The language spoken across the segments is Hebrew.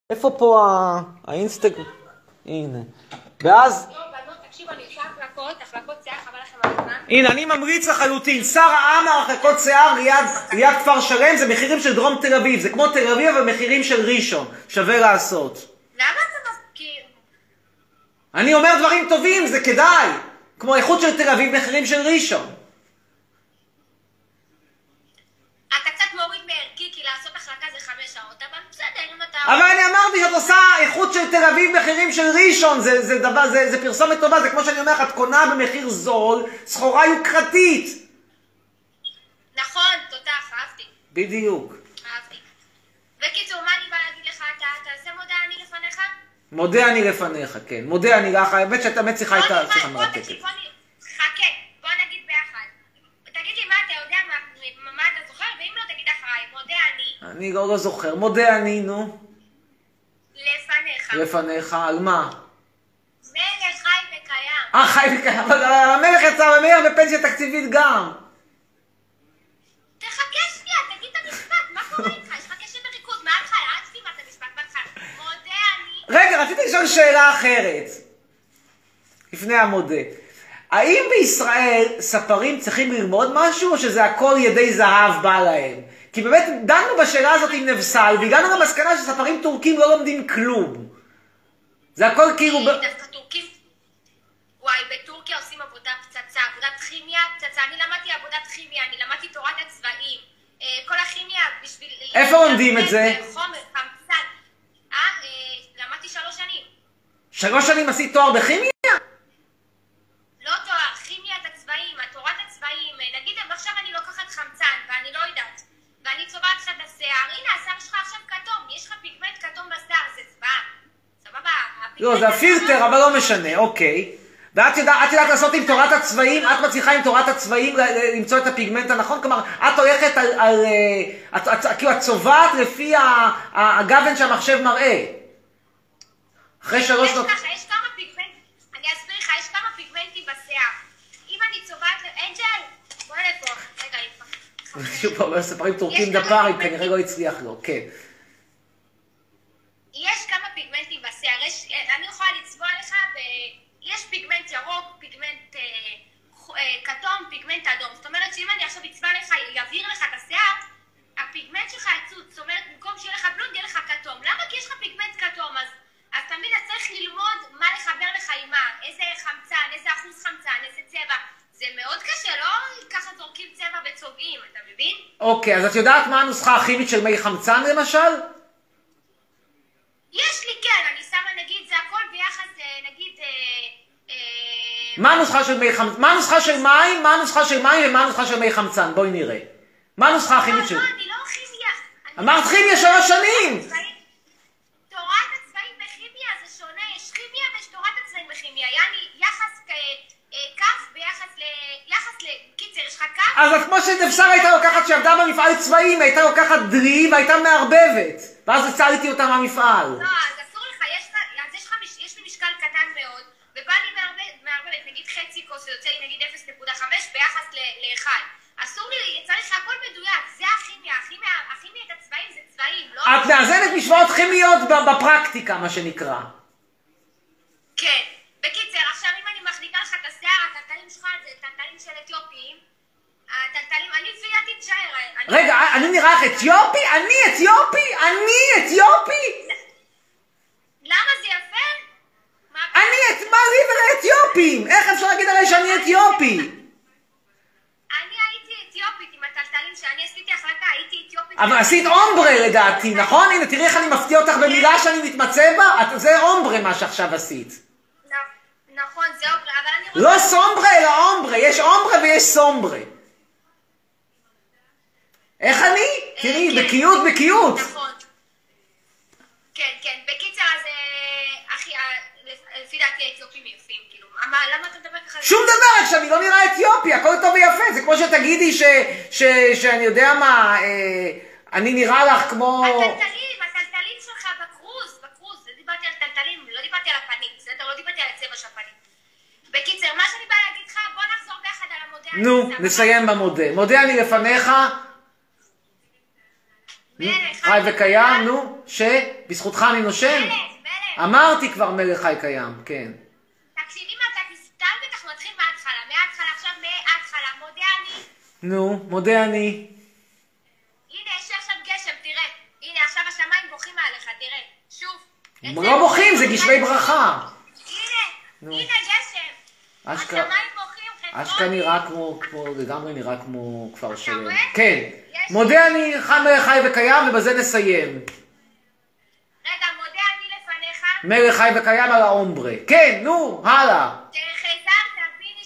איפה פה האינסטגרם? הנה. ואז... לא, בנות, תקשיב, אני עושה החלקות שיער, חבל לכם על הזמן. הנה, אני ממריץ לחלוטין. שרה עמר, החלקות שיער, ליד כפר שלם, זה מחירים של דרום תל אביב. זה כמו תל אביב, אבל מחירים של ראשון. שווה לעשות. למה אתה מזכיר? אני אומר דברים טובים, זה כדאי. כמו איכות של תל אביב, מחירים של ראשון. אתה קצת מוריד מערכי, כי לעשות החלקה זה 5 שעות, אבל בסדר, אם אתה... אבל אני אמרתי שאת עושה איכות של תל אביב, מחירים של ראשון. זה פרסומת טובה, זה כמו שאני אומר, את קונה במחיר זול, סחורה יוקרתית. נכון, תותח, אהבתי. בדיוק. אהבתי. בקיצור, מה אני באה להגיד לך? אתה תעשה מודה אני לפניך? מודה אני לפניך, כן. מודה אני לך, האמת שאתה באמת שיחה איתה, שיחה מרתקת. חכה, בוא נגיד ביחד. תגיד לי מה אתה יודע, מה אתה זוכר, ואם לא תגיד אחריי, מודה אני. אני לא זוכר. מודה אני, נו. לפניך. לפניך, על מה? מלך חי וקיים. חי וקיים, אבל המלך יצא במלך בפנסיה תקציבית גם. תחכה שנייה, תגיד את המשפט, מה קורה איתך? יש לך קשב וריכוז, מה לך? אל תסתים את המשפט בהתחלה. מודה אני. רגע, רציתי לשאול שאלה אחרת. לפני המודה. האם בישראל ספרים צריכים ללמוד משהו, או שזה הכל ידי זהב בא להם? כי באמת דנו בשאלה הזאת עם נבסל, והגענו למסקנה שספרים טורקים לא לומדים כלום. זה הכל כאילו... דווקא טורקים... וואי, בטורקיה עושים עבודה פצצה, עבודת כימיה, פצצה. אני למדתי עבודת כימיה, אני למדתי תורת הצבעים. כל הכימיה בשביל... איפה לומדים את זה? חומר, חמצן. למדתי 3 שנים. 3 שנים עשית תואר בכימיה? לא תואר, כימיית הצבעים, תורת הצבעים. נגיד, עכשיו אני לוקחת חמצן, ואני לא יודעת. ואני צובעת לך את השיער. הנה, השיער שלך עכשיו כתום. יש לך פיגמנט כתום בשיער, זה זוועה. סבבה? לא, זה הפילטר, אבל לא משנה, אוקיי. ואת יודעת לעשות עם תורת הצבעים, את מצליחה עם תורת הצבעים למצוא את הפיגמנט הנכון? כלומר, את הולכת כאילו את צובעת לפי הגוון שהמחשב מראה. אחרי 3 שנות... יש כמה פיגמנטים, אני אסביר לך, יש כמה פיגמנטים בשיער. אם אני צובעת... אנג'ל, בוא לפה. רגע, שוב פעם, ספרים טורקים דפארים, כנראה לא הצליח לו, כן. יש כמה פיגמנטים בשיער, אני יכולה לצבוע לך, יש פיגמנט ירוק, פיגמנט כתום, פיגמנט אדום. זאת אומרת שאם אני עכשיו אצבע לך, יבהיר לך את השיער, הפיגמנט שלך יצוץ. זאת אומרת, במקום שיהיה לך בלונד, יהיה לך כתום. למה? כי יש לך פיגמנט כתום, אז תמיד אתה צריך ללמוד מה לחבר לך עם מה, איזה חמצן, איזה אחוז חמצן, איזה צבע. זה מאוד קשה, לא ככה זורקים צבע וצובעים, אתה מבין? אוקיי, אז את יודעת מה הנוסחה הכימית של מי חמצן למשל? יש לי, כן, אני שמה נגיד, זה הכל ביחס, נגיד... מה הנוסחה של מי חמצן? מה הנוסחה של מים? מה הנוסחה של מים ומה הנוסחה של מי חמצן? בואי נראה. מה הנוסחה הכימית של... לא, אני לא כימיה. אמרת כימיה 3 שנים! תורת הצבעים בכימיה זה שונה, יש כימיה ויש תורת הצבעים בכימיה. יעני, יחס כף ביחס קיצר, יש לך כף? אז את כמו שנבסל הייתה לוקחת שעבדה במפעל צבעים, הייתה לוקחת דלי והייתה מערבבת. ואז הצלתי אותה מהמפעל. לא, אז אסור לך, יש לי משקל קטן מאוד, ובא לי מערבבת, נגיד חצי כוס, זה יוצא לי נגיד 0.5 ביחס ל-1. אסור לי, יצא לך הכל מדויק, זה הכימיה, הכימיית הצבעים זה צבעים, לא... את מאזנת משוואות כימיות בפרקטיקה, מה שנקרא. כן. בקיצר, עכשיו אם אני מחליקה לך את השיער, הטלטלים שלך זה טלטלים של אתיופים, הטלטלים, אני לפי תישאר. רגע, אני נראה לך אתיופי? אני אתיופי? אני אתיופי? למה זה יפה? מה לי ולאתיופים? איך אפשר להגיד עליי שאני אתיופי? אני הייתי אתיופית עם הטלטלים שאני עשיתי החלקה, הייתי אתיופית. אבל עשית אומברה לדעתי, נכון? הנה, תראי איך אני מפתיע אותך במילה שאני מתמצא בה. זה אומברה מה שעכשיו עשית. נכון, זה אומברה, אבל אני רוצה... לא סומברה, אלא אומברה. יש אומברה ויש סומברה. איך אני? תראי, בקיאות. נכון. כן, כן. בקיצר, אז אחי, לפי דעתי האתיופים יפים, כאילו. למה אתה מדבר ככה? שום דבר, רק שאני לא נראה אתיופי, הכל טוב ויפה. זה כמו שתגידי שאני יודע מה, אני נראה לך כמו... הטלטלים שלך בקרוז, לא דיברתי על טלטלים, לא דיברתי על הפנים, בסדר? לא דיברתי על הצבע של הפנים. בקיצר, מה שאני באה להגיד לך, בוא נחזור ביחד על המודה. נו, נסיים במודה. מודה אני לפניך. חי וקיים, נו, שבזכותך אני נושם? מלך. אמרתי כבר מלך חי קיים, כן. תקשיב, אם אתה תסתל בטח מתחיל מההתחלה עכשיו מההתחלה, מודה אני. נו, מודה אני. הנה, יש לי עכשיו גשם, תראה. הנה, עכשיו השמיים בוכים עליך, תראה. שוב. לא בוכים, זה גשמי ברכה. הנה גשם. השמיים בוכים, אשכרה נראה כמו, לגמרי נראה כמו כפר שלם. רואה? כן. מודה אני מלך חי וקיים, ובזה נסיים. רגע, מודה אני לפניך. מלך חי וקיים על האומברה. כן, נו, הלאה. שחזרת בי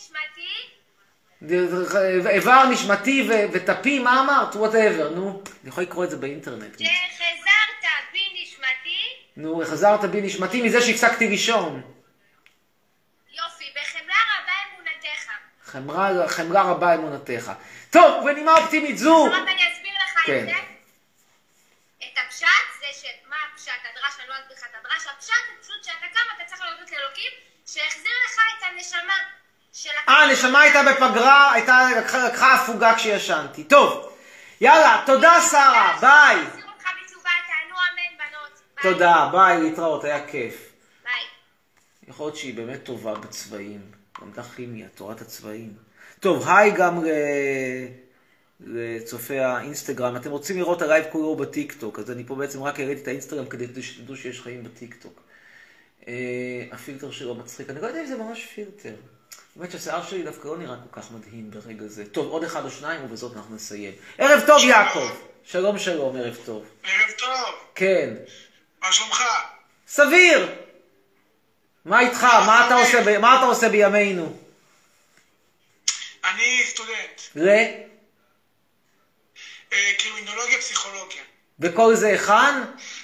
נשמתי. איבר נשמתי וטפי, מה אמרת? whatever, נו. אני יכול לקרוא את זה באינטרנט. שחזרת בי נשמתי. נו, חזרת בי נשמתי מזה שהפסקתי לישון. יופי, בחמלה רבה אמונתך. חמלה רבה אמונתך. טוב, בנימה אופטימית זו. עכשיו אני אסביר לך כן. את זה. את הפשט זה מה הפשט, הדרש, אני לא אסביר לך את הדרש, הפשט הוא פשוט שאתה קם, אתה צריך להודות לאלוקים, שהחזיר לך את הנשמה של הנשמה הייתה בפגרה, לקחה הפוגה כשישנתי. טוב, יאללה, תודה שרה, ביי. נחזיר אותך בתשובה, תענו אמן בנות. ביי. תודה, ביי, להתראות, היה כיף. ביי. יכול להיות שהיא באמת טובה בצבעים, למדה כימיה, תורת הצבעים. טוב, היי גם לצופי האינסטגרם. אתם רוצים לראות הלייב כולו בטיקטוק, אז אני פה בעצם רק הראיתי את האינסטגרם כדי שתדעו שיש חיים בטיקטוק. הפילטר שלו מצחיק, אני לא יודע אם זה ממש פילטר. באמת שהשיער שלי דווקא לא נראה כל כך מדהים ברגע זה. טוב, עוד אחד או שניים ובזאת אנחנו נסיים. ערב טוב יעקב. שלום שלום, ערב טוב. ערב טוב. כן. מה שלומך? סביר. מה איתך? מה אתה עושה בימינו? אני סטודנט. קרימינולוגיה פסיכולוגיה. וכל זה היכן?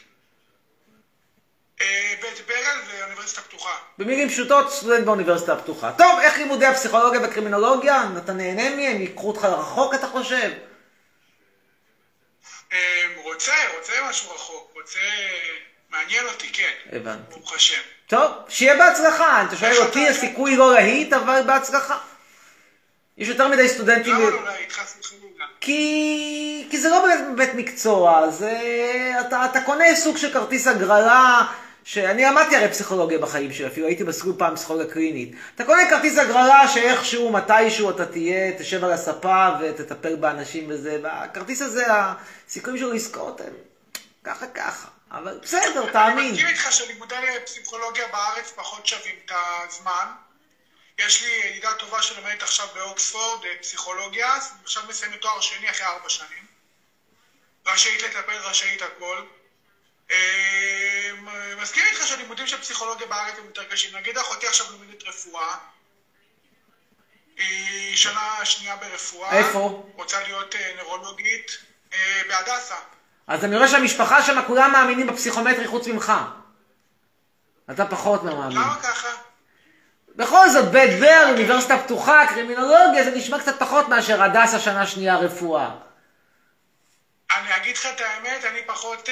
בית ברל ואוניברסיטה פתוחה. במילים פשוטות, סטודנט באוניברסיטה הפתוחה. טוב, איך לימודי הפסיכולוגיה וקרימינולוגיה? אתה נהנה מהם? ייקחו אותך לרחוק, אתה חושב? רוצה משהו רחוק. מעניין אותי, כן. הבנתי. ברוך השם. טוב, שיהיה בהצלחה. אתה שואל אותי, הסיכוי לא להיט, אבל בהצלחה. יש יותר מדי סטודנטים... למה לא להיט? חס וחלילה. כי זה לא באמת מקצוע, אתה קונה סוג של כרטיס הגרלה, שאני למדתי הרי פסיכולוגיה בחיים שלי, אפילו הייתי בסקול פעם פסיכולוגיה קלינית. אתה קונה כרטיס הגרלה שאיכשהו, מתישהו אתה תשב על הספה ותטפל באנשים וזה, והכרטיס הזה, הסיכויים שלו לזכות הם ככה, אבל בסדר, תאמין. אני מסכים איתך שלימודי פסיכולוגיה בארץ פחות שווים את הזמן. יש לי ידידה טובה שלומדת עכשיו באוקספורד, פסיכולוגיה, עכשיו מסיימת תואר שני אחרי 4 שנים. רשאית לטפל, רשאית הכל. מסכים איתך שהלימודים של פסיכולוגיה בארץ הם יותר קשים. נגיד אחותי עכשיו לומדת רפואה. היא שנה שנייה ברפואה. איפה? רוצה להיות נוירולוגית בהדסה. אז אני רואה שהמשפחה שם כולם מאמינים בפסיכומטרי חוץ ממך. אתה פחות מאמין. למה ככה? בכל זאת, בית ברל, אוניברסיטה פתוחה, קרימינולוגיה, זה נשמע קצת פחות מאשר הדסה שנה שנייה רפואה. אני אגיד לך את האמת, אני פחות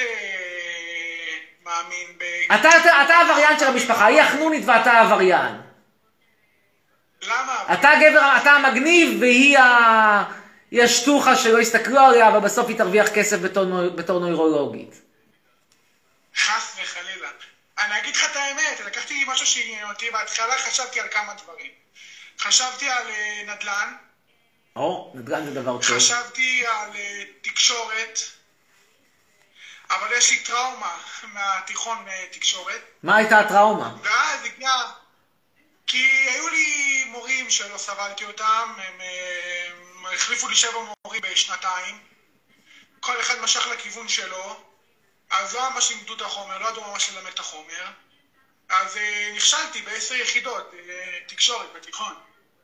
מאמין ב... אתה העבריין של המשפחה, היא החנונית ואתה העבריין. למה? אתה גבר, אתה המגניב והיא השטוחה שלא יסתכלו עליה, אבל בסוף היא תרוויח כסף בתור נוירולוגית. חס וחלילה. אני אגיד לך את האמת, לקחתי משהו שעניין אותי, בהתחלה חשבתי על כמה דברים. חשבתי על נדל"ן. נדל"ן זה דבר טוב. חשבתי על תקשורת, אבל יש לי טראומה מהתיכון תקשורת. מה הייתה הטראומה? ואז הגיע, כי היו לי מורים שלא סבלתי אותם, הם החליפו לי 7 מורים בשנתיים, כל אחד משך לכיוון שלו, אז לא ממש לימדו את החומר, לא ידעו ממש ללמד את החומר, אז נכשלתי ב10 יחידות תקשורת בתיכון.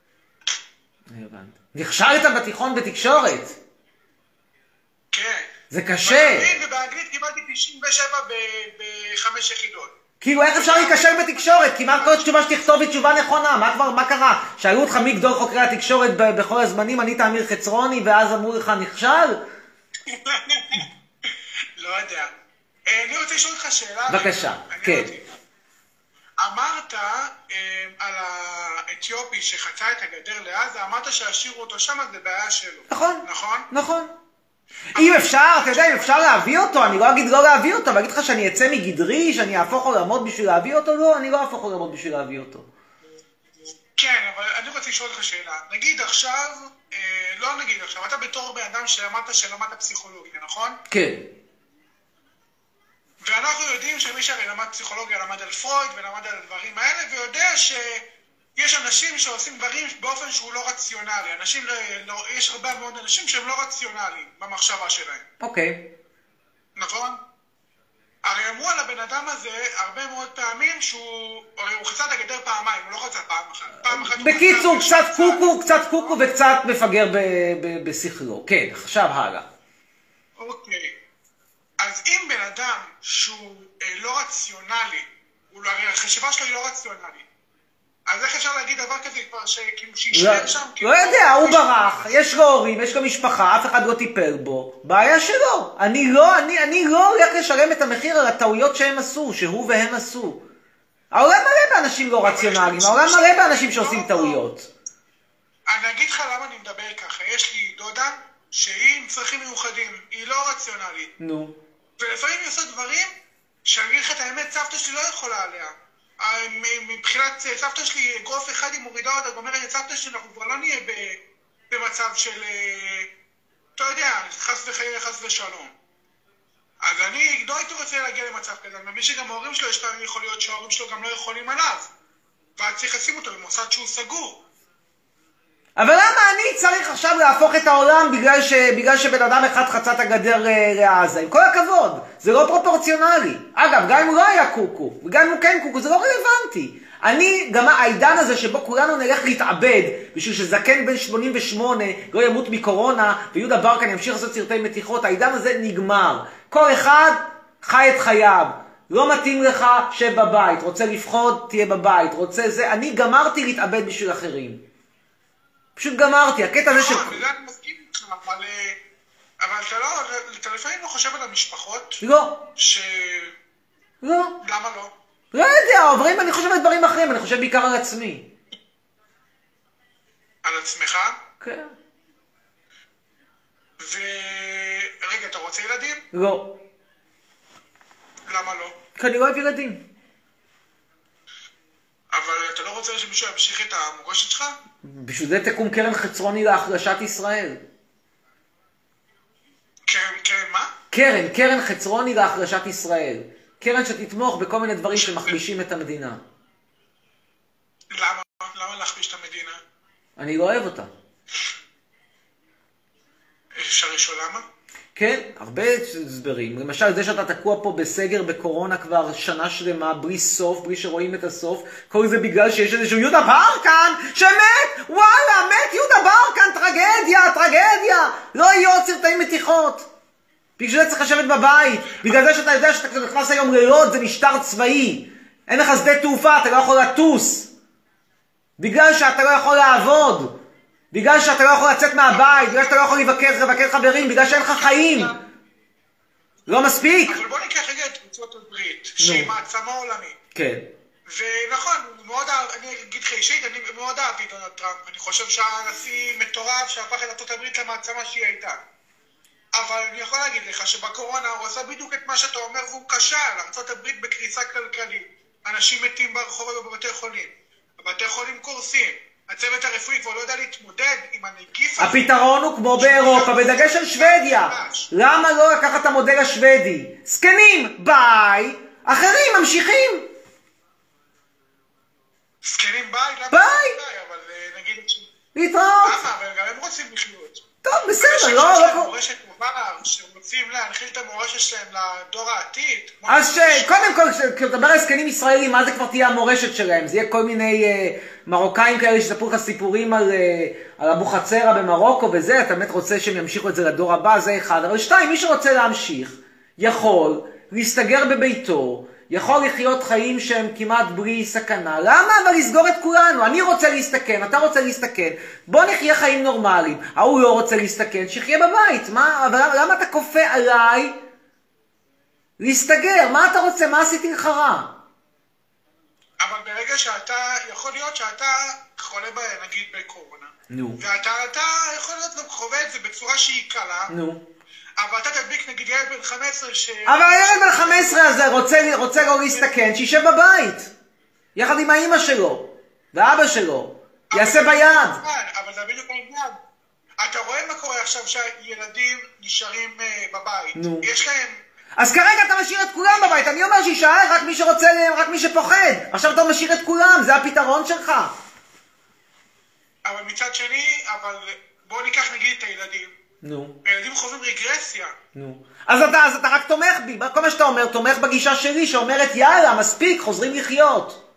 נכשלת בתיכון בתקשורת? כן. זה קשה. ובאנגלית קיבלתי 97 ב5 יחידות. כאילו, איך אפשר להיקשר בתקשורת? כמעט כל תשובה שתכתוב היא תשובה נכונה. מה קרה? שאלו אותך מי גדול חוקרי התקשורת בכל הזמנים, ענית אמיר חצרוני, ואז אמרו לך נכשל? לא יודע. אני רוצה לשאול אותך שאלה. בבקשה, כן. אמרת על האתיופי שחצה את הגדר לעזה, אמרת שהשאירו אותו שם, זה בעיה שלו. נכון. נכון? נכון. אם אפשר, אתה יודע, אם אפשר להביא אותו, אני לא אגיד לא להביא אותו, אבל אגיד לך שאני אצא מגדרי, שאני אהפוך עולמות בשביל להביא אותו, לא, אני לא אהפוך עולמות בשביל להביא אותו. כן, אבל אני רוצה לשאול אותך שאלה. נגיד עכשיו, לא נגיד עכשיו, אתה בתור בן אדם שלמדת פסיכולוגיה, נכון? כן. ואנחנו יודעים שמי שהרי למד פסיכולוגיה למד על פרויד ולמד על הדברים האלה, ויודע שיש אנשים שעושים דברים באופן שהוא לא רציונלי. יש הרבה מאוד אנשים שהם לא רציונליים במחשבה שלהם. אוקיי. נכון? הרי אמרו על הבן אדם הזה הרבה מאוד פעמים שהוא חצה את הגדר פעמיים, הוא לא חצה פעם אחת. בקיצור, קצת קוקו וקצת מפגר בשכלו. כן, עכשיו הלאה. אוקיי. אז אם בן אדם שהוא לא רציונלי, הרי החשיבה שלו היא לא רציונלית, אז איך אפשר להגיד דבר כזה כבר שישאר שם? לא יודע, הוא ברח, יש לו הורים, יש לו משפחה, אף אחד לא טיפל בו, בעיה שלו. אני לא הולך לשלם את המחיר על הטעויות שהם עשו, שהוא והם עשו. העולם מלא באנשים לא רציונליים, העולם מלא באנשים שעושים טעויות. אני אגיד לך למה אני מדבר ככה, יש לי דודה שהיא עם צרכים מיוחדים, היא לא רציונלית. נו. ולפעמים היא עושה דברים שאני אגיד לך את האמת, סבתא שלי לא יכולה עליה. מבחינת סבתא שלי, אגרוף אחד היא מורידה אותה, ואומרת, סבתא שלי, אנחנו כבר לא נהיה במצב של, אתה יודע, חס וחיי, חס ושלום. אז אני לא הייתי רוצה להגיע למצב כזה, אני מבין שגם ההורים שלו, יש פעמים יכול להיות שההורים שלו גם לא יכולים עליו. ואז צריך לשים אותו במוסד שהוא סגור. אבל למה אני צריך עכשיו להפוך את העולם בגלל שבן אדם אחד חצה את הגדר לעזה? עם כל הכבוד, זה לא פרופורציונלי. אגב, גם אם הוא לא היה קוקו, וגם אם הוא כן קוקו, זה לא רלוונטי. גם העידן הזה שבו כולנו נלך להתאבד, בשביל שזקן בן 88 לא ימות מקורונה, ויהודה ברקן ימשיך לעשות סרטי מתיחות, העידן הזה נגמר. כל אחד חי את חייו. לא מתאים לך, שב בבית. רוצה לפחוד, תהיה בבית. רוצה זה, אני גמרתי להתאבד בשביל אחרים. פשוט גמרתי, הקטע הזה נכון, בזה אני מסכים איתך, אבל אתה לפעמים לא חושב על המשפחות? לא. לא. למה לא? לא יודע, עוברים, אני חושב על דברים אחרים, אני חושב בעיקר על עצמי. על עצמך? כן. רגע, אתה רוצה ילדים? לא. למה לא? כי אני לא אוהב ילדים. אבל אתה לא רוצה שמישהו ימשיך את המורשת שלך? בשביל זה תקום קרן חצרוני להחלשת ישראל. קרן מה? קרן חצרוני להחלשת ישראל. קרן שתתמוך בכל מיני דברים שמחלישים את המדינה. למה? למה להחליש את המדינה? אני לא אוהב אותה. אפשר לשאול למה? כן, הרבה הסברים. למשל, זה שאתה תקוע פה בסגר בקורונה כבר שנה שלמה, בלי סוף, בלי שרואים את הסוף, כל זה בגלל שיש איזשהו יהודה ברקן שמת! וואלה, מת יהודה ברקן! טרגדיה! לא יהיו עוד סרטי מתיחות. בגלל זה צריך לשבת בבית. בגלל זה שאתה יודע שאתה נכנס היום ללוד, זה משטר צבאי. אין לך שדה תעופה, אתה לא יכול לטוס. בגלל שאתה לא יכול לעבוד. בגלל שאתה לא יכול לצאת מהבית, בגלל שאתה לא יכול לבקר חברים, בגלל שאין לך חיים. לא מספיק? אבל בוא ניקח רגע את ארצות הברית, שהיא מעצמה עולמית. כן. ונכון, אני אגיד לך אישית, אני מאוד אהבתי את דונלד טראמפ. אני חושב שהנשיא מטורף שהפך את ארצות הברית למעצמה שהיא הייתה. אבל אני יכול להגיד לך שבקורונה הוא עשה בדיוק את מה שאתה אומר והוא כשל. ארצות הברית בקריסה כלכלית. אנשים מתים ברחוב ובבתי חולים. הבתי חולים קורסים. הצוות הרפואי כבר לא יודע להתמודד עם הנגיף. הפתרון הוא כמו באירופה, בדגש על שוודיה. למה לא לקחת את המודל השוודי? זקנים, ביי, אחרים ממשיכים. זקנים ביי? ביי. אבל נגיד... להתראות. למה? אבל גם הם רוצים לחיות. טוב, בסדר, לא... מורשת מובן, שרוצים להנחיל את המורשת שלהם לדור העתיד. אז קודם כל, כשאתה מדבר על זקנים ישראלים, מה זה כבר תהיה המורשת שלהם? זה יהיה כל מיני מרוקאים כאלה שספרו לך סיפורים על אבו חצרה במרוקו וזה, אתה באמת רוצה שהם ימשיכו את זה לדור הבא, זה אחד. אבל שתיים, מי שרוצה להמשיך, יכול להסתגר בביתו, יכול לחיות חיים שהם כמעט בלי סכנה. למה? אבל לסגור את כולנו. אני רוצה להסתכן, אתה רוצה להסתכן. בוא נחיה חיים נורמליים. ההוא לא רוצה להסתכן, שיחיה בבית. מה? אבל למה אתה כופה עליי להסתגר? מה אתה רוצה? מה עשיתי לך רע? אבל ברגע שאתה, יכול להיות שאתה חולה נגיד בקורונה. נו. ואתה יכול להיות גם חווה את זה בצורה שהיא קלה. נו. אבל אתה תדביק נגיד ילד בן 15 אבל הילד בן 15 הזה רוצה לא להסתכן, שישב בבית. יחד עם האמא שלו, ואבא שלו. יעשה ביד. אבל זה בדיוק העניין. אתה רואה מה קורה עכשיו שהילדים נשארים בבית. נו. יש להם... אז כרגע אתה משאיר את כולם בבית. אני אומר שישאר רק מי שרוצה, רק מי שפוחד. עכשיו אתה משאיר את כולם, זה הפתרון שלך. אבל מצד שני, בוא ניקח נגיד את הילדים. נו. הילדים חווים רגרסיה. נו. אז אתה רק תומך בי. כל מה שאתה אומר, תומך בגישה שלי, שאומרת יאללה, מספיק, חוזרים לחיות.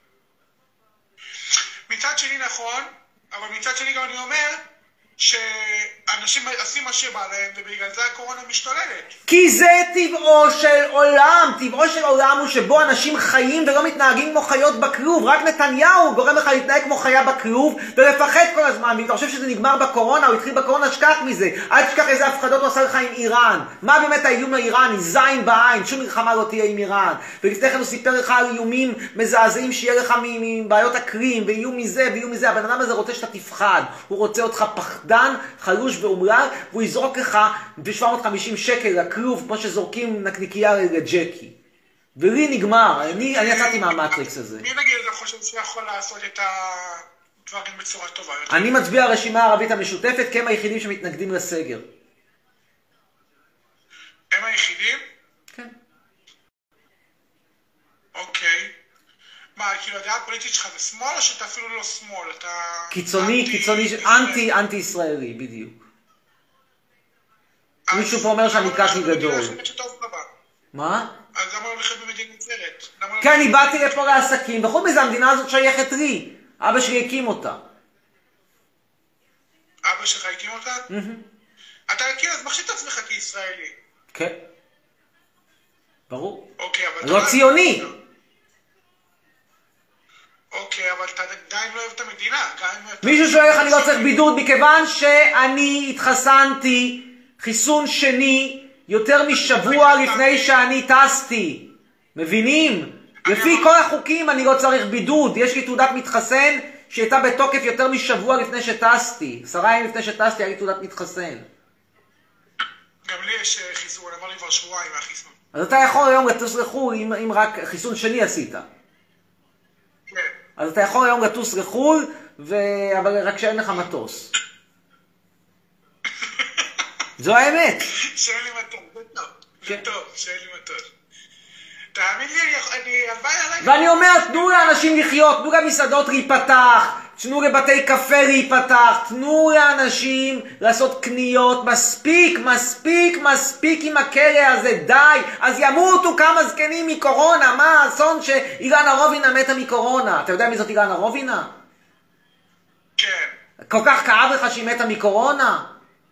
מצד שני נכון, אבל מצד שני גם אני אומר שאנשים עושים מה שבא להם, ובגלל זה הקורונה משתוללת. כי זה טבעו של עולם. טבעו של עולם הוא שבו אנשים חיים ולא מתנהגים כמו חיות בכלוב. רק נתניהו גורם לך להתנהג כמו חיה בכלוב ולפחד כל הזמן. ואם אתה חושב שזה נגמר בקורונה או התחיל בקורונה, שכח מזה. אל תשכח איזה הפחדות הוא עשה לך עם איראן. מה באמת האיום האיראני? זין בעין. שום מלחמה לא תהיה עם איראן. ולפני כן הוא סיפר לך על איומים מזעזעים שיהיה לך מבעיות אקלים ואיום מזה ואיום מזה. הבן אדם הזה רוצה שאתה תפחד. הוא רוצה אותך פחדן, חלוש ואומלל, והוא יזרוק לך ב-750 שקל לכלוב, כמו שזורקים נקניקייה לג'קי. ולי נגמר, אני יצאתי מהמטריקס הזה. מי נגיד אתה חושב שיכול לעשות את הדברים בצורה טובה יותר? אני מצביע הרשימה הערבית המשותפת, כי הם היחידים שמתנגדים לסגר. הם היחידים? כן. אוקיי. מה, כאילו הדעה הפוליטית שלך זה שמאל או שאתה אפילו לא שמאל? אתה... קיצוני, אנטי ישראלי, בדיוק. מישהו פה אומר שאני קקי גדול. מה? אז למה לא לחיות במדינה אחרת? כן, אני באתי לפה לעסקים, וחוץ מזה המדינה הזאת שייכת לי. אבא שלי הקים אותה. אבא שלך הקים אותה? אתה כאילו, אז מחשיב את עצמך כישראלי. כן. ברור. אוקיי, אבל... לא ציוני. אוקיי, אבל אתה עדיין לא אוהב את המדינה. מישהו שואל איך אני לא צריך בידוד, מכיוון שאני התחסנתי חיסון שני יותר משבוע לפני שאני טסתי. מבינים? לפי כל החוקים אני לא צריך בידוד. יש לי תעודת מתחסן שהייתה בתוקף יותר משבוע לפני שטסתי. 10 ימים לפני שטסתי היה לי תעודת מתחסן. גם לי יש חיסון, אמר לי כבר שבועיים מהחיסון. אז אתה יכול היום לטוס לחו"ל אם רק חיסון שני עשית. כן. אז אתה יכול היום לטוס לחו"ל, אבל רק שאין לך מטוס. זו האמת. שאין לי מטוס, זה טוב, שאין לי מטוס. תאמין לי, אני הלוואי עליי... ואני אומר, תנו לאנשים לחיות, תנו למסעדות להיפתח, תנו לבתי קפה להיפתח, תנו לאנשים לעשות קניות, מספיק עם הכלא הזה, די, אז ימותו כמה זקנים מקורונה, מה האסון שאילנה רובינה מתה מקורונה? אתה יודע מי זאת אילנה רובינה? כן. כל כך כאב לך שהיא מתה מקורונה?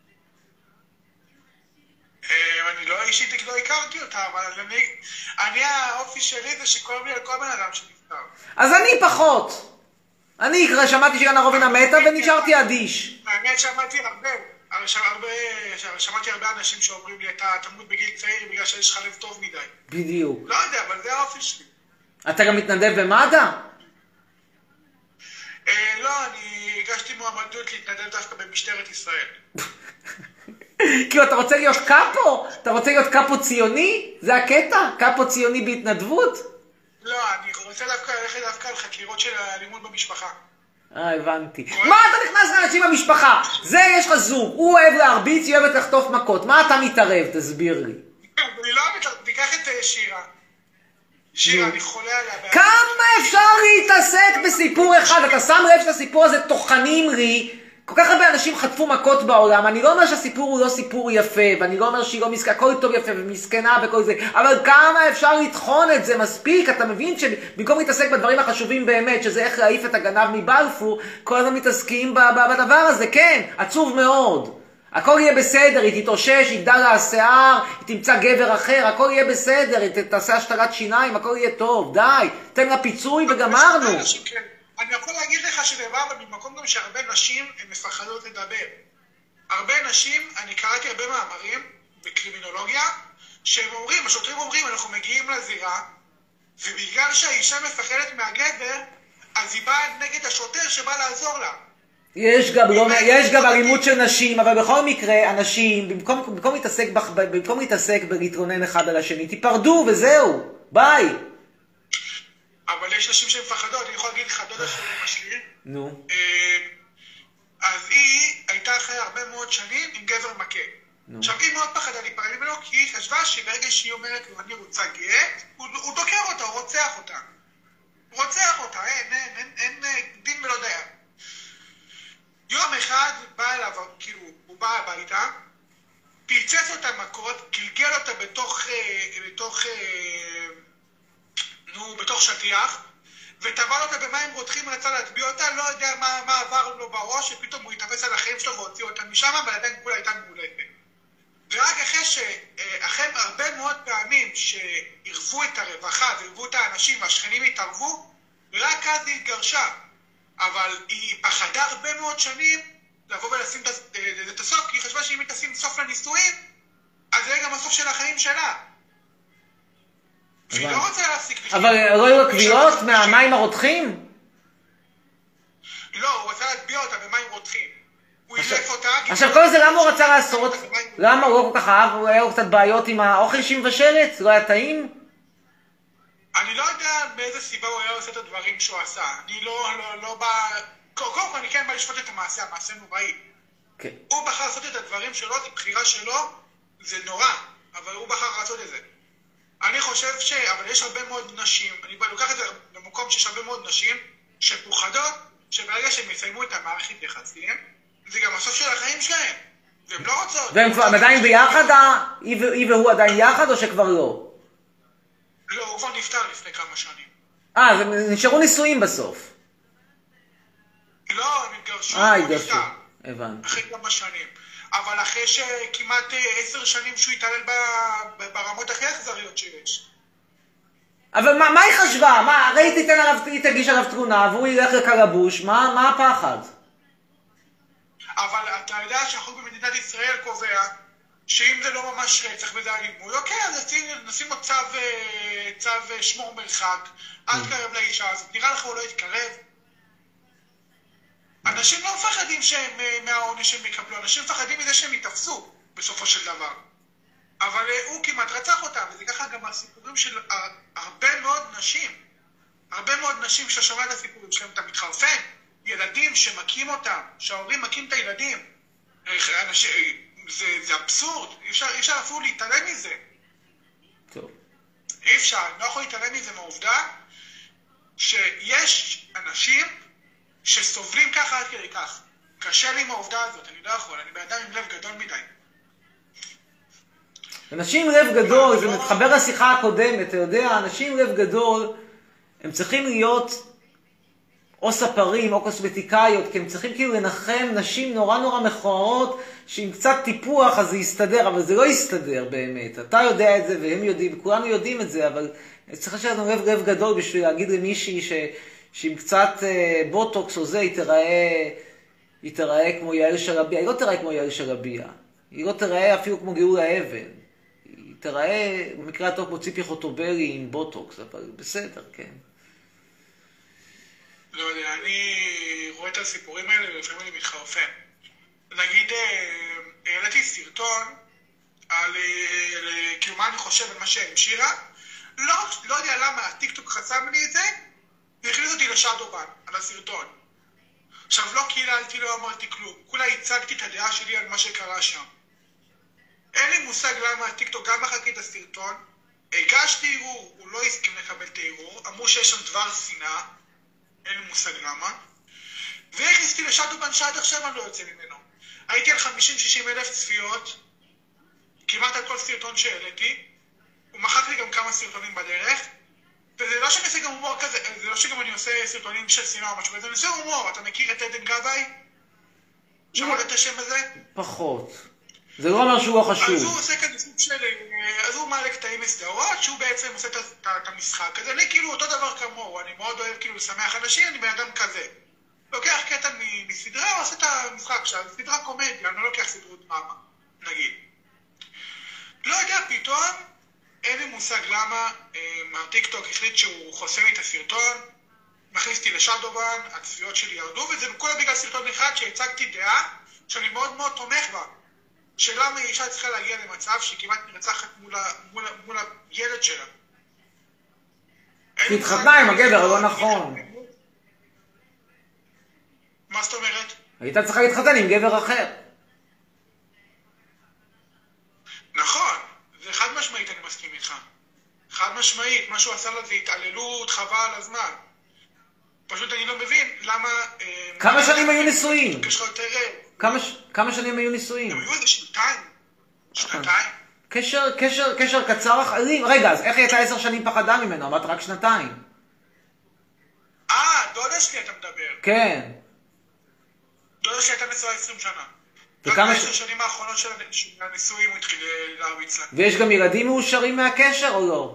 אני לא אישית לא הכרתי אותה, אבל אני האופי שלי זה שכל בן אדם שנפטר. אז אני פחות. אני שמעתי שאילנה רובינה מתה ונשארתי אדיש. האמת שמעתי הרבה אנשים שאומרים לי אתה תמות בגיל צעיר בגלל שיש לך לב טוב מדי. בדיוק. לא יודע, אבל זה האופי שלי. אתה גם מתנדב במד"א? לא, אני הגשתי מועמדות להתנדב דווקא במשטרת ישראל. כאילו אתה רוצה להיות קאפו? אתה רוצה להיות קאפו ציוני? זה הקטע? קאפו ציוני בהתנדבות? לא, אני רוצה ללכת דווקא על חקירות של אלימות במשפחה. הבנתי. מה אתה נכנס לאנשים במשפחה? זה יש לך זוג, הוא אוהב להרביץ, היא אוהבת לחטוף מכות. מה אתה מתערב? תסביר לי. אני לא אוהבת, תיקח את שירה. שירה, אני חולה עליה. כמה אפשר להתעסק בסיפור אחד? אתה שם לב שהסיפור הזה טוחנים לי. כל כך הרבה אנשים חטפו מכות בעולם. אני לא אומר שהסיפור הוא לא סיפור יפה, ואני לא אומר שהיא לא מסכנה, הכל טוב יפה ומסכנה וכל זה, אבל כמה אפשר לטחון את זה? מספיק. אתה מבין שבמקום להתעסק בדברים החשובים באמת, שזה איך להעיף את הגנב מבלפור, כל הזמן מתעסקים בדבר הזה. כן, עצוב מאוד. הכל יהיה בסדר, היא תתאושש, יגדל לה השיער, היא תמצא גבר אחר, הכל יהיה בסדר, היא תעשה השתלת שיניים, הכל יהיה טוב, די, תן לה פיצוי וגמרנו. אני יכול להגיד לך שזה בא במקום גם שהרבה נשים הן מפחדות לדבר. הרבה נשים, אני קראתי הרבה מאמרים בקרימינולוגיה, שהם אומרים, השוטרים אומרים, אנחנו מגיעים לזירה, ובגלל שהאישה מפחדת מהגבר, אז היא באה נגד השוטר שבא לעזור לה. יש גם אלימות של נשים, אבל בכל מקרה, אנשים, במקום להתעסק בלהתרונן אחד על השני, תיפרדו וזהו, ביי. אבל יש נשים שמפחדות, אני יכול להגיד לך, דודה של אמא שלי. נו. אז היא הייתה אחרי הרבה מאוד שנים עם גבר מכה. עכשיו היא מאוד פחדה להיפרד ממנו, כי היא חשבה שברגע שהיא אומרת לו אני רוצה גט, הוא דוקר אותה, הוא רוצח אותה. הוא רוצח אותה, אין דין ולא דיין. יום אחד בא אליו, כאילו, הוא בא הביתה, פיצץ אותה מכות, גלגל אותה בתוך שטיח, וטבל אותה במים רותחים, רצה להטביע אותה, לא יודע מה עבר לו בראש, ופתאום הוא התאפס על החיים שלו והוציא אותה משם, אבל עדיין כולה הייתה מעולפת. ורק אחרי הרבה מאוד פעמים שעירבו את הרווחה ועירבו את האנשים והשכנים התערבו, רק אז היא התגרשה. אבל היא פחדה הרבה מאוד שנים לבוא ולשים את הסוף, כי היא חשבה שאם היא תשים סוף לנישואים, אז זה גם הסוף של החיים שלה. והיא לא רוצה להפסיק. אבל לא היו קביעות מהמים הרותחים? לא, הוא רצה להטביע אותה במים רותחים. הוא אילף אותה. עכשיו כל זה למה הוא רצה לעשות? למה הוא לא כל כך אהב? הוא היה קצת בעיות עם האוכל שהיא מבשלת? לא היה טעים? אני לא יודע באיזה סיבה הוא היה עושה את הדברים שהוא עשה. אני לא בא... קודם כל אני כן בא לשפוט את המעשה נוראי. הוא בחר לעשות את הדברים שלו, זו בחירה שלו, זה נורא, אבל הוא בחר לעשות את זה. אני חושב אבל יש הרבה מאוד נשים, אני לוקח את זה במקום שיש הרבה מאוד נשים שפוחדות שברגע שהם יסיימו את המערכת יחסים, זה גם הסוף של החיים שלהם. והם לא רוצות. והם כבר עדיין ביחד? היא והוא עדיין יחד או שכבר לא? לא, הוא כבר נפטר לפני כמה שנים. נשארו נישואים בסוף. לא, הם התגרשו. התגרשו. הבנתי. אחרי כמה שנים. אבל אחרי שכמעט 10 שנים שהוא התעלל ברמות הכי אכזריות שיש. אבל מה היא חשבה? הרי היא תגיש עליו תלונה והוא ילך לקלבוש, מה הפחד? אבל אתה יודע שהחוק במדינת ישראל קובע שאם זה לא ממש רצח וזה אלימות, אוקיי, אז נשים לו צו שמור מרחק, אל תקרב לאישה הזאת, נראה לך הוא לא יתקרב. אנשים לא מפחדים מהעונש שהם יקבלו, אנשים מפחדים מזה שהם יתפסו בסופו של דבר. אבל הוא כמעט רצח אותם, וזה ככה גם הסיפורים של הרבה מאוד נשים. הרבה מאוד נשים ששומע את הסיפורים שלהם, אתה מתחרפן, ילדים שמכים אותם, שההורים מכים את הילדים. זה אבסורד, אי אפשר אפילו להתעלם מזה. טוב. אי אפשר, אני לא יכול להתעלם מזה מהעובדה שיש אנשים שסובלים ככה עד כדי כך. קשה לי עם העובדה הזאת, אני לא יכול, אני באדם עם לב גדול מדי. אנשים עם לב גדול, זה מתחבר לשיחה הקודמת, אתה יודע, אנשים עם לב גדול, הם צריכים להיות או ספרים או קוסמטיקאיות, כי הם צריכים כאילו לנחם נשים נורא מכוערות, שעם קצת טיפוח אז זה יסתדר, אבל זה לא יסתדר באמת. אתה יודע את זה והם יודעים, כולנו יודעים את זה, אבל צריך לשאול לנו לב גדול בשביל להגיד למישהי שעם קצת בוטוקס או זה, היא תראה כמו יעל שרביה. היא לא תראה כמו יעל שרביה. היא לא תראה אפילו כמו גאולה אבן. היא תראה במקרה הטוב כמו ציפי חוטובלי עם בוטוקס, אבל בסדר, כן. לא יודע, אני רואה את הסיפורים האלה ולפעמים אני מתחרפן. נגיד, העליתי סרטון על כאילו מה אני חושב על מה שהם שירה. לא יודע למה, הטיקטוק חסם לי את זה, והכניס אותי לשאדובן על הסרטון. עכשיו לא קיללתי, לא אמרתי כלום, כולה הצגתי את הדעה שלי על מה שקרה שם. אין לי מושג למה הטיקטוק גם מחקתי את הסרטון, הגשתי ערעור, הוא לא הסכים לקבל את הערעור, אמרו שיש שם דבר שנאה, אין לי מושג למה, והכניסתי לשאדובן שעד עכשיו אני לא יוצא ממנו. הייתי על 50-60 אלף צפיות, כמעט על כל סרטון שהעליתי, הוא מחק לי גם כמה סרטונים בדרך, וזה לא שאני עושה גם הומור כזה, זה לא שגם אני עושה סרטונים של שנאה או משהו, זה עושה הומור. אתה מכיר את עדן גבאי? שמעת את השם הזה? פחות. זה לא אומר שהוא לא חשוב. אז הוא עושה כזה סוג של... אז הוא מעלה קטעים מסדרות, שהוא בעצם עושה את המשחק. אז אני כאילו אותו דבר כמוהו, אני מאוד אוהב כאילו לשמח אנשים, אני בן אדם כזה. לוקח קטע מסדרה, עושה את המשחק שם, סדרה קומדיה, אני לא לוקח סדרות מאמה, נגיד. לא יודע, פתאום אין לי מושג למה הטיקטוק החליט שהוא חוסם לי את הסרטון, מכניס אותי לשדובן, הצפיות שלי ירדו, וזה כולה בגלל סרטון אחד שהצגתי דעה שאני מאוד מאוד תומך בה. שלמה אישה צריכה להגיע למצב שהיא כמעט נרצחת מול הילד שלה. היא התחתנה עם הגבר, לא נכון. מה זאת אומרת? הייתה צריכה להתחתן עם גבר אחר. נכון, זה חד משמעית אני מסכים איתך. חד משמעית, מה שהוא עשה לה זה התעללות, חבל על הזמן. פשוט אני לא מבין למה... כמה שנים היו נישואים? כמה שנים היו הם נישואים? היו איזה שנתיים. שנתיים? קשר קצר אחרים. רגע, אז איך היא הייתה 10 שנים פחדה ממנו? אמרת רק שנתיים. דודה שלי אתה מדבר. כן. דודה שלי הייתה נשואה 20 שנה. רק וכמה ב10 שנים האחרונות של הנישואים הוא התחיל להרביץ לה. ויש גם ילדים מאושרים מהקשר או לא?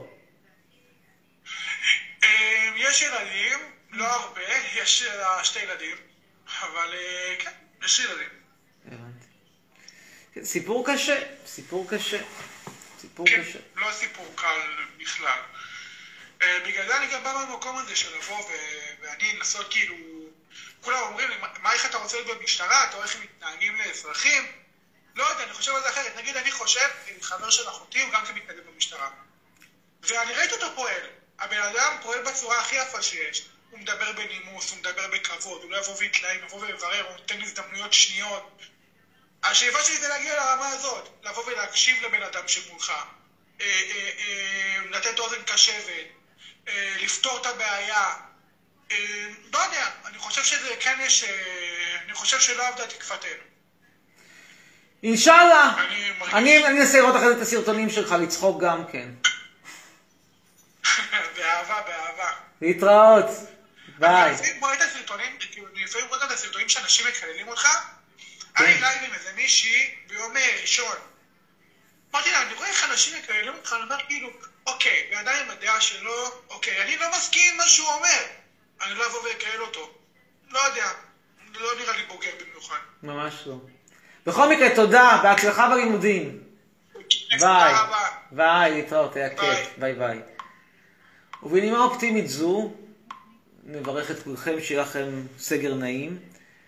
יש ילדים, לא הרבה, יש 2 ילדים, אבל כן, יש ילדים. הבנתי. סיפור קשה, סיפור קשה. סיפור כן, קשה. לא סיפור קל בכלל. בגלל זה אני גם בא מהמקום הזה של לבוא ואני לנסות כאילו... כולם אומרים לי, מה איך אתה רוצה להיות במשטרה? אתה רואה איך הם מתנהגים לאזרחים? לא יודע, אני חושב על זה אחרת. נגיד, אני חושב, חבר של אחותי הוא גם כמתנהג במשטרה. ואני ראיתי אותו פועל. הבן אדם פועל בצורה הכי יפה שיש. הוא מדבר בנימוס, הוא מדבר בכבוד, הוא לא יבוא ויתלהם, יבוא ויברר, הוא נותן הזדמנויות שניות. השאיפה שלי זה להגיע לרמה הזאת, לבוא ולהקשיב לבן אדם שמולך, לתת אוזן קשבת, לפתור את הבעיה. לא יודע, אני חושב שזה כן יש, אני חושב שלא עבדה תקוותנו. אינשאללה. אני אנסה לראות אחרי זה את הסרטונים שלך, לצחוק גם כן. באהבה, באהבה. להתראות. ביי. לפעמים רואה את הסרטונים, לפעמים רואה את הסרטונים שאנשים מקללים אותך, אני לייב עם איזה מישהי ביום ראשון. אמרתי לה, אני רואה איך אנשים מקללים אותך, אני אומר כאילו, אוקיי, ועדיין עם הדעה שלו, אוקיי, אני לא מסכים עם מה שהוא אומר. אני לא אבוא ויקלל אותו. לא יודע, לא נראה לי בוגר במיוחד. ממש לא. בכל מקרה, תודה, בהצלחה בלימודים. ביי. ביי, להתראות, היה כיף. ביי ביי. ובנימה אופטימית זו, נברך את כולכם, שיהיה לכם סגר נעים.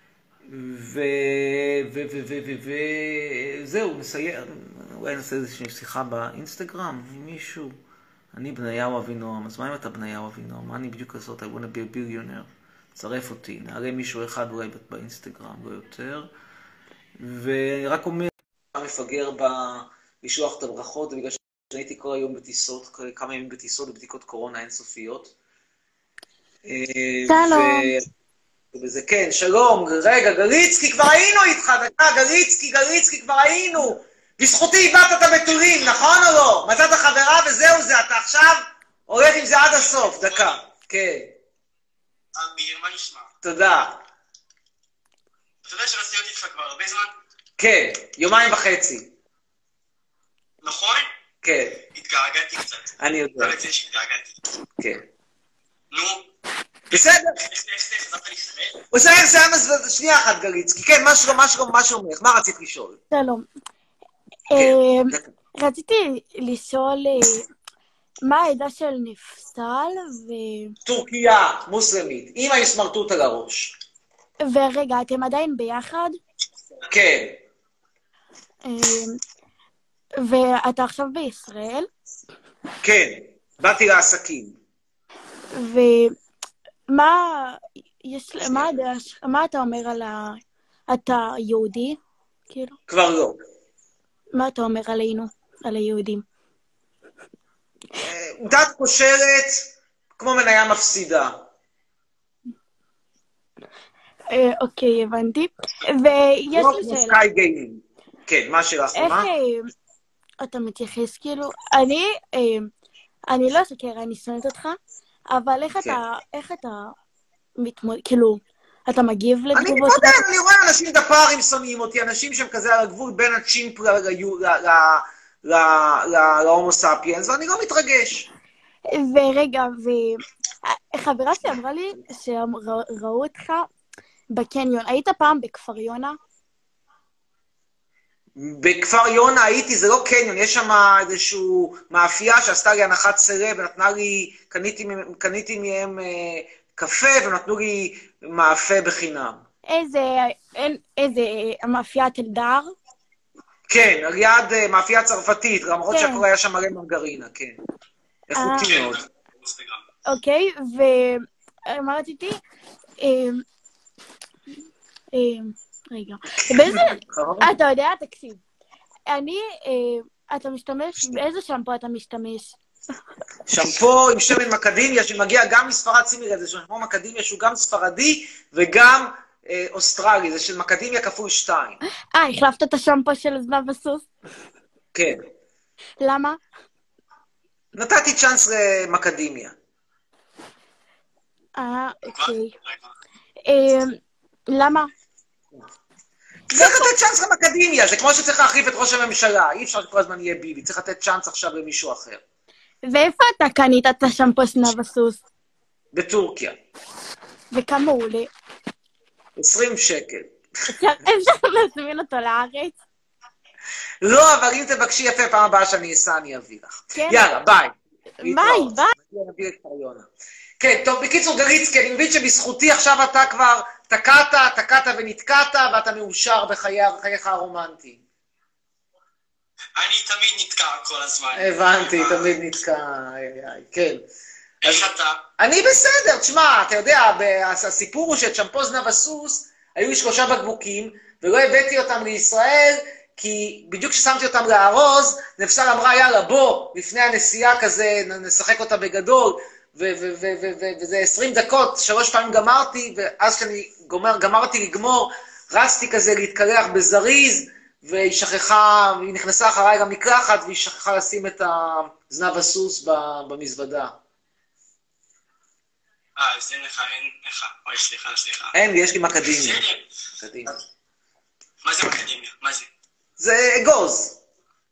וזהו, נסיים. אולי נעשה איזושהי שיחה באינסטגרם עם מישהו. אני בניהו אבינועם, אז מה אם אתה בניהו אבינועם? מה אני בדיוק לעשות? I want to be a billionaire. צרף אותי, נעלה מישהו אחד אולי באינסטגרם, לא יותר. ורק אומר, מפגר לשלוח את הברכות, בגלל שהייתי כל היום בטיסות, כמה ימים בטיסות ובדיקות קורונה אינסופיות. שלום. וזה כן, שלום, רגע, גליצקי, כבר היינו איתך, דקה, גליצקי, כבר היינו. בזכותי איבדת את הבתולים, נכון או לא? מצאת חברה וזהו זה, אתה עכשיו הולך עם זה עד הסוף, דקה. כן. אמיר, מה נשמע? תודה. אתה יודע שלא סיימתי איתך כבר הרבה זמן? כן, 2.5 ימים. נכון? כן. התגעגעתי קצת. אני יודע. אתה רציני שהתגעגעתי. כן. נו. בסדר. איך חזרת לישראל? הוא סיים שנייה אחת, גליצקי. כן, מה שלומך? מה רצית לשאול? שלום. רציתי לשאול מה העדה של נפסל טורקיה, מוסלמית, עם ההסמרטוט על הראש. ורגע, אתם עדיין ביחד? כן. ואתה עכשיו בישראל? כן, באתי לעסקים. מה אתה אומר על אתה יהודי? כאילו? כבר לא. מה אתה אומר עלינו, על היהודים? דת כושרת כמו מניה מפסידה. אוקיי, הבנתי. ויש לי שאלה. סקאי גיימינג. כן, מה השאלה האחרונה? איך אתה מתייחס, כאילו, אני לא אשקר, אני שונאת אותך, אבל איך אתה מתמודד, כאילו, אתה מגיב לתגובות? אני מתמודד, אני רואה אנשים דפארים שונאים אותי, אנשים שהם כזה על הגבול בין הצ'ימפ להומו ספיאנס, ואני לא מתרגש. ורגע, וחברה שלי אמרה לי שראו אותך בקניון. היית פעם בכפר יונה? בכפר יונה הייתי, זה לא קניון, יש שם איזשהו מאפייה שעשתה לי הנחת סרב, ונתנה לי, קניתי מהם קפה, והם נתנו לי מאפה בחינם. איזה מאפיית אלדר? כן, על יד מאפייה צרפתית, למרות כן. שהכל היה שם מלא מרגרינה, כן. איכותי מאוד. אוקיי, ומה רציתי? רגע. אתה יודע, תקשיב. אתה משתמש, באיזה שמפו אתה משתמש? שמפו עם שמן מקדמיה, שמגיע גם מספרד, שימי לב, זה שמפו מקדמיה שהוא גם ספרדי וגם אוסטרלי, זה של מקדמיה כפול 2. החלפת את השמפו של זנב הסוס? כן. למה? נתתי צ'אנס למקדמיה. אוקיי. למה? צריך לתת צ'אנס למקדמיה, זה כמו שצריך להחליף את ראש הממשלה, אי אפשר שכל הזמן יהיה ביבי, צריך לתת צ'אנס עכשיו למישהו אחר. ואיפה אתה קנית את השמפו זנב הסוס? בטורקיה. וכמה הוא עולה? 20 שקל. אפשר להזמין אותו לארץ? לא, אבל אם תבקשי יפה פעם הבאה שאני אסע, אני אביא לך. כן. יאללה, ביי. ביי. כן, טוב, בקיצור גריצקי, אני מבין שבזכותי עכשיו אתה כבר תקעת ונתקעת, ואתה מאושר בחייך הרומנטיים. אני תמיד נתקע כל הזמן. הבנתי, תמיד נתקע, כן. איך אתה? אני בסדר, תשמע, אתה יודע, הסיפור הוא שאת שמפו זנב הסוס, היו לי 3 בקבוקים, ולא הבאתי אותם לישראל, כי בדיוק כששמתי אותם לארוז, נפסל אמרה, יאללה, בוא, לפני הנסיעה כזה, נשחק אותה בגדול, וזה 20 דקות, 3 פעמים גמרתי, ואז כשאני גמרתי לגמור, רצתי כזה להתקלח בזריז, והיא שכחה, היא נכנסה אחריי למקלחת, והיא שכחה לשים את הזנב הסוס במזוודה. זה לך, אין לך. אוי, סליחה. אין, יש לי מקדמיה. מה זה מקדמיה? מה זה? זה אגוז.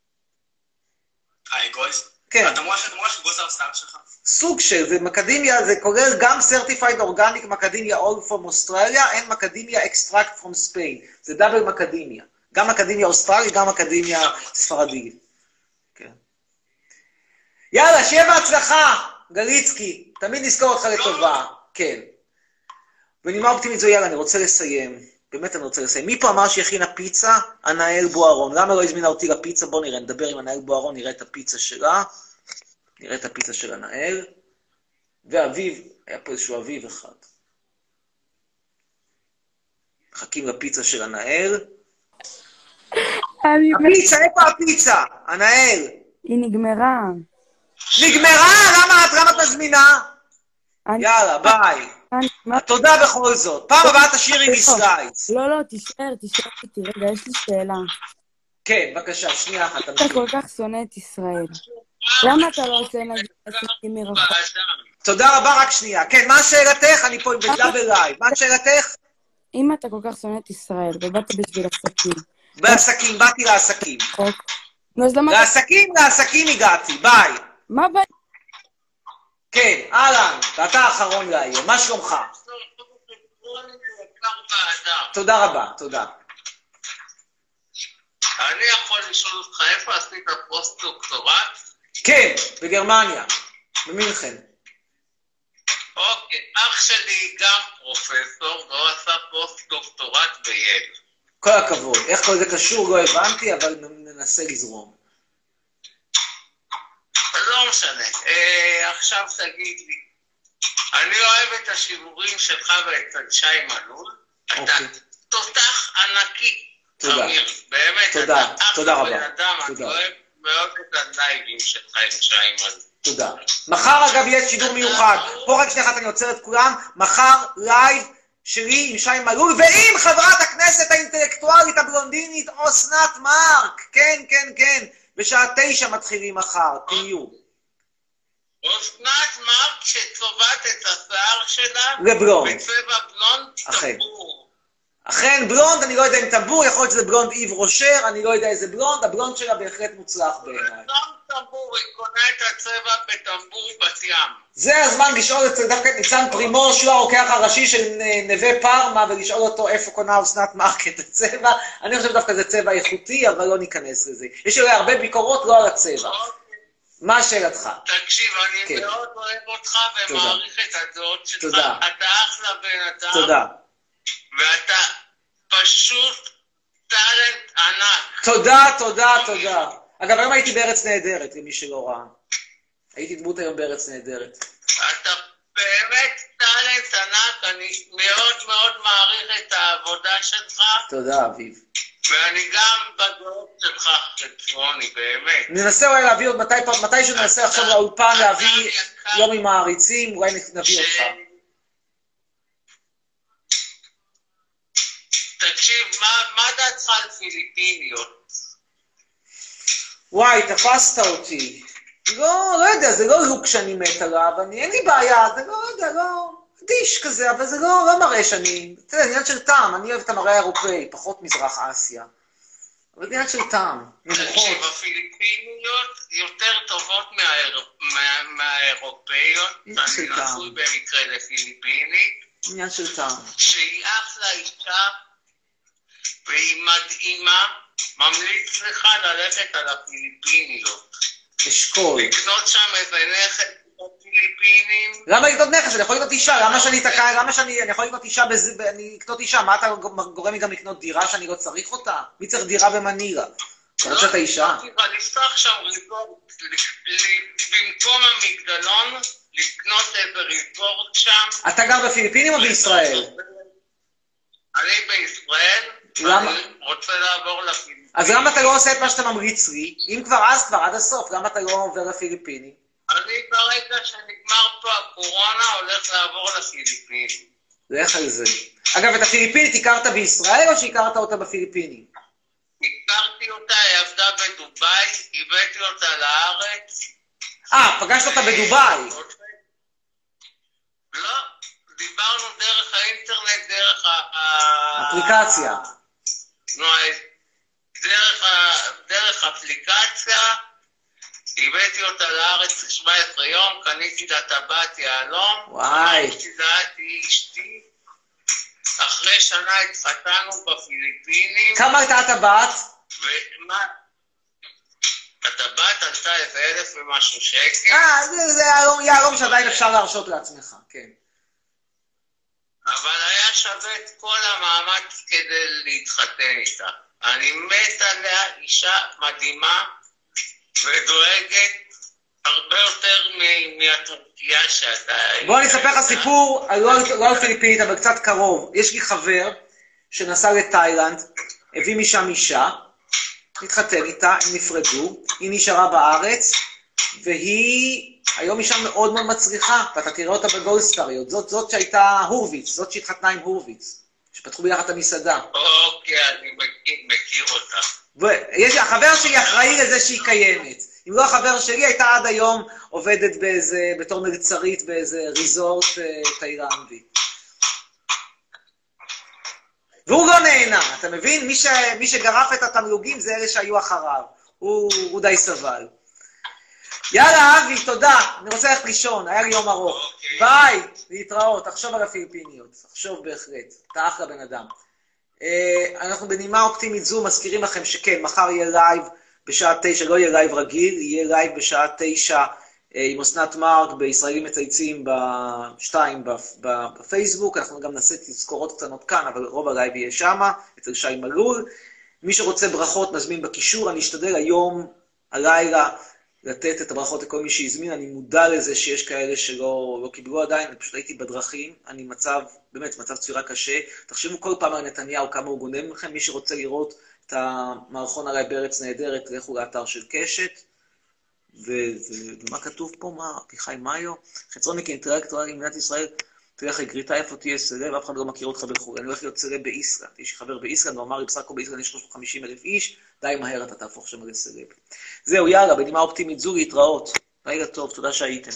אגוז? כן. אתה אומר שאגוז האוסטר שלך? סוג של, זה מקדמיה, זה כולל גם Certified Organic מקדמיה All from Australia, and מקדמיה Extract from Spain. זה דאבל מקדמיה. גם מקדמיה אוסטרלית, גם מקדמיה ספרדית. כן. יאללה, שיהיה בהצלחה, גליצקי. תמיד נזכור אותך לטובה. כן. בנימה אופטימית זו, יאללה, אני רוצה לסיים. באמת אני רוצה לסיים. מי פה אמר שהכינה פיצה? ענאל בוארון. למה לא הזמינה אותי לפיצה? בוא נראה, נדבר עם ענאל בוארון, נראה את הפיצה שלה. נראה את הפיצה של ענאל. ואביב, היה פה איזשהו אביב אחד. מחכים לפיצה של ענאל. הפיצה, איפה הפיצה? ענאל. היא נגמרה. נגמרה? למה את מזמינה? יאללה, ביי. תודה בכל זאת. פעם הבאה תשאירי לי סליידס. לא, תישאר איתי. רגע, יש לי שאלה. כן, בבקשה, שנייה אחת. אתה כל כך שונא את ישראל. למה אתה לא עושה נגיד עסקים מרחוק? תודה רבה, רק שנייה. כן, מה שאלתך? אני פה עם בדאבל לייב. מה שאלתך? אם אתה כל כך שונא את ישראל ובאת בשביל עסקים. בעסקים, באתי לעסקים. לעסקים הגעתי, ביי. מה ביי? כן, אהלן, ואתה האחרון להיום, מה שלומך? תודה רבה, תודה. אני יכול לשאול אותך איפה עשית פוסט-דוקטורט? כן, בגרמניה, במינכן. אוקיי, אח שלי גם פרופסור, והוא עשה פוסט-דוקטורט בייל. כל הכבוד, איך כל זה קשור לא הבנתי, אבל ננסה לזרום. לא משנה, עכשיו תגיד לי, אני אוהב את השיעורים שלך ואת שי מלול, אתה תותח ענקי, אמיר, באמת, אתה אחלה בן אדם, אני אוהב מאוד את הלייבים שלך עם שי מלול. תודה. מחר אגב יהיה שידור מיוחד, פה רק שנייה אחת אני עוצר את כולם, מחר לייב שלי עם שי מלול, ועם חברת הכנסת האינטלקטואלית הבלונדינית אסנת מארק, כן, בשעה 9 מתחילים מחר, תהיו. אסנת מארק שצובעת את השיער שלה לבלונד. בצבע בלונד טבור. אכן בלונד, אני לא יודע אם טבור, יכול להיות שזה בלונד איב רושר, אני לא יודע איזה בלונד, הבלונד שלה בהחלט מוצלח בעיניי. בלונד טבור, היא קונה את הצבע בטבור בת ים. זה הזמן לשאול דווקא את ניצן פרימור, שהוא הרוקח הראשי של נווה פארמה, ולשאול אותו איפה קונה אסנת מארק את הצבע. אני חושב דווקא זה צבע איכותי, אבל לא ניכנס לזה. יש לי הרבה ביקורות לא על הצבע. מה שאלתך? תקשיב, אני מאוד אוהב אותך ומעריך את הדעות שלך. תודה. אתה אחלה בן אדם. תודה. ואתה פשוט טאלנט ענק. תודה. אגב, היום הייתי בארץ נהדרת, למי שלא ראה. הייתי דמות היום בארץ נהדרת. אתה באמת טאלנט ענק, אני מאוד מאוד מעריך את העבודה שלך. תודה, אביב. ואני גם בדעות שלך חצרוני, באמת. ננסה אולי להביא עוד מתישהו ננסה עכשיו לאולפן להביא יום עם העריצים, אולי נביא אותך. תקשיב, מה דעתך על פיליפיניות? וואי, תפסת אותי. לא יודע, זה לא לוק שאני מת עליו, אין לי בעיה, זה לא יודע, לא דיש כזה, אבל זה לא מראה שאני, אתה יודע, עניין של טעם, אני אוהב את המראה האירופאי, פחות מזרח אסיה. אבל זה עניין של טעם, תקשיב, הפיליפיניות יותר טובות מהאירופאיות, אני נשוי במקרה לפיליפינית, עניין של טעם. שהיא אחלה אישה, והיא מדהימה, ממליץ לך ללכת על הפיליפיניות. אשכול. לקנות שם איזה נכס בפיליפינים. למה לקנות נכס? אני יכול לקנות אישה, למה שאני יכול לקנות אישה, אני אקנות אישה, מה אתה גורם לי גם לקנות דירה שאני לא צריך אותה? מי צריך דירה במנילה? אתה רוצה את האישה? לפתוח שם, במקום המגדלון, לקנות איזה ריזורט שם. אתה גר בפיליפינים או בישראל? אני בישראל, אני רוצה לעבור לפיליפינים. אז למה אתה לא עושה את מה שאתה ממריץ לי? אם כבר אז כבר עד הסוף, למה אתה לא עובר לפיליפינים? אני ברגע שנגמר פה הקורונה הולך לעבור לפיליפינים. לך על זה. אגב, את הפיליפינית הכרת בישראל או שהכרת אותה בפיליפינים? הכרתי אותה, היא עבדה בדובאי, הבאתי אותה לארץ. פגשת אותה בדובאי. לא, דיברנו דרך האינטרנט, דרך אפליקציה. דרך אפליקציה, הבאתי אותה לארץ 17 יום, קניתי לה טבעת יהלום, וואי. אמרתי אשתי, אחרי שנה התחתנו בפיליפינים. כמה הייתה הטבעת? ומה? הטבעת עלתה איזה 1,000 ומשהו שקל. זה יהלום שעדיין אפשר להרשות לעצמך, כן. אבל היה שווה את כל המאמץ כדי להתחתן איתה. אני מת עליה, אישה מדהימה ודואגת הרבה יותר מהטורקיה שאתה... בוא אני אספר לך סיפור, לא על פיליפינית, אבל קצת קרוב. יש לי חבר שנסע לתאילנד, הביא משם אישה, התחתן איתה, הם נפרדו, היא נשארה בארץ, והיא היום אישה מאוד מאוד מצליחה, ואתה תראה אותה בגולדסטאריות, זאת שהייתה הורוויץ, זאת שהתחתנה עם הורוויץ, שפתחו ביחד את המסעדה. אוקיי, אני מכיר אותה. החבר שלי אחראי לזה שהיא קיימת. אם לא החבר שלי, הייתה עד היום עובדת בתור מלצרית באיזה ריזורט תאילנדי. והוא לא נהנה, אתה מבין? מי שגרף את התמלוגים זה אלה שהיו אחריו. הוא די סבל. יאללה, אבי, תודה. אני רוצה ללכת לישון, היה לי יום ארוך. ביי, להתראות. תחשוב על הפיליפיניות. תחשוב בהחלט. אתה אחלה בן אדם. אנחנו בנימה אופטימית זו מזכירים לכם שכן, מחר יהיה לייב בשעה 9, לא יהיה לייב רגיל, יהיה לייב בשעה 9 עם אסנת מרק בישראלים מצייצים ב2 בפייסבוק, אנחנו גם נעשה תזכורות קטנות כאן, אבל רוב הלייב יהיה שמה, אצל שי מלול. מי שרוצה ברכות נזמין בקישור, אני אשתדל היום, הלילה, לתת את הברכות לכל מי שהזמין, אני מודע לזה שיש כאלה שלא קיבלו עדיין, אני פשוט הייתי בדרכים, אני באמת מצב צפירה קשה, תחשבו כל פעם על נתניהו כמה הוא גונב מכם, מי שרוצה לראות את המערכון עליי בארץ נהדרת, לכו לאתר של קשת, ומה כתוב פה? מה? פיחי מאיו? חצרוניק אינטלקטואלי במדינת ישראל, תלך לגריטה איפה תהיה סלב, אף אחד לא מכיר אותך בחו"ל, אני הולך להיות סלב באיסלנד, יש חבר באיסלנד, הוא אמר, בסך באיסלנד יש 350,000 איש, די מהר אתה תהפוך שם לסלב. זהו, יאללה, בנימה אופטימית זו להתראות. לילה טוב, תודה שהייתם.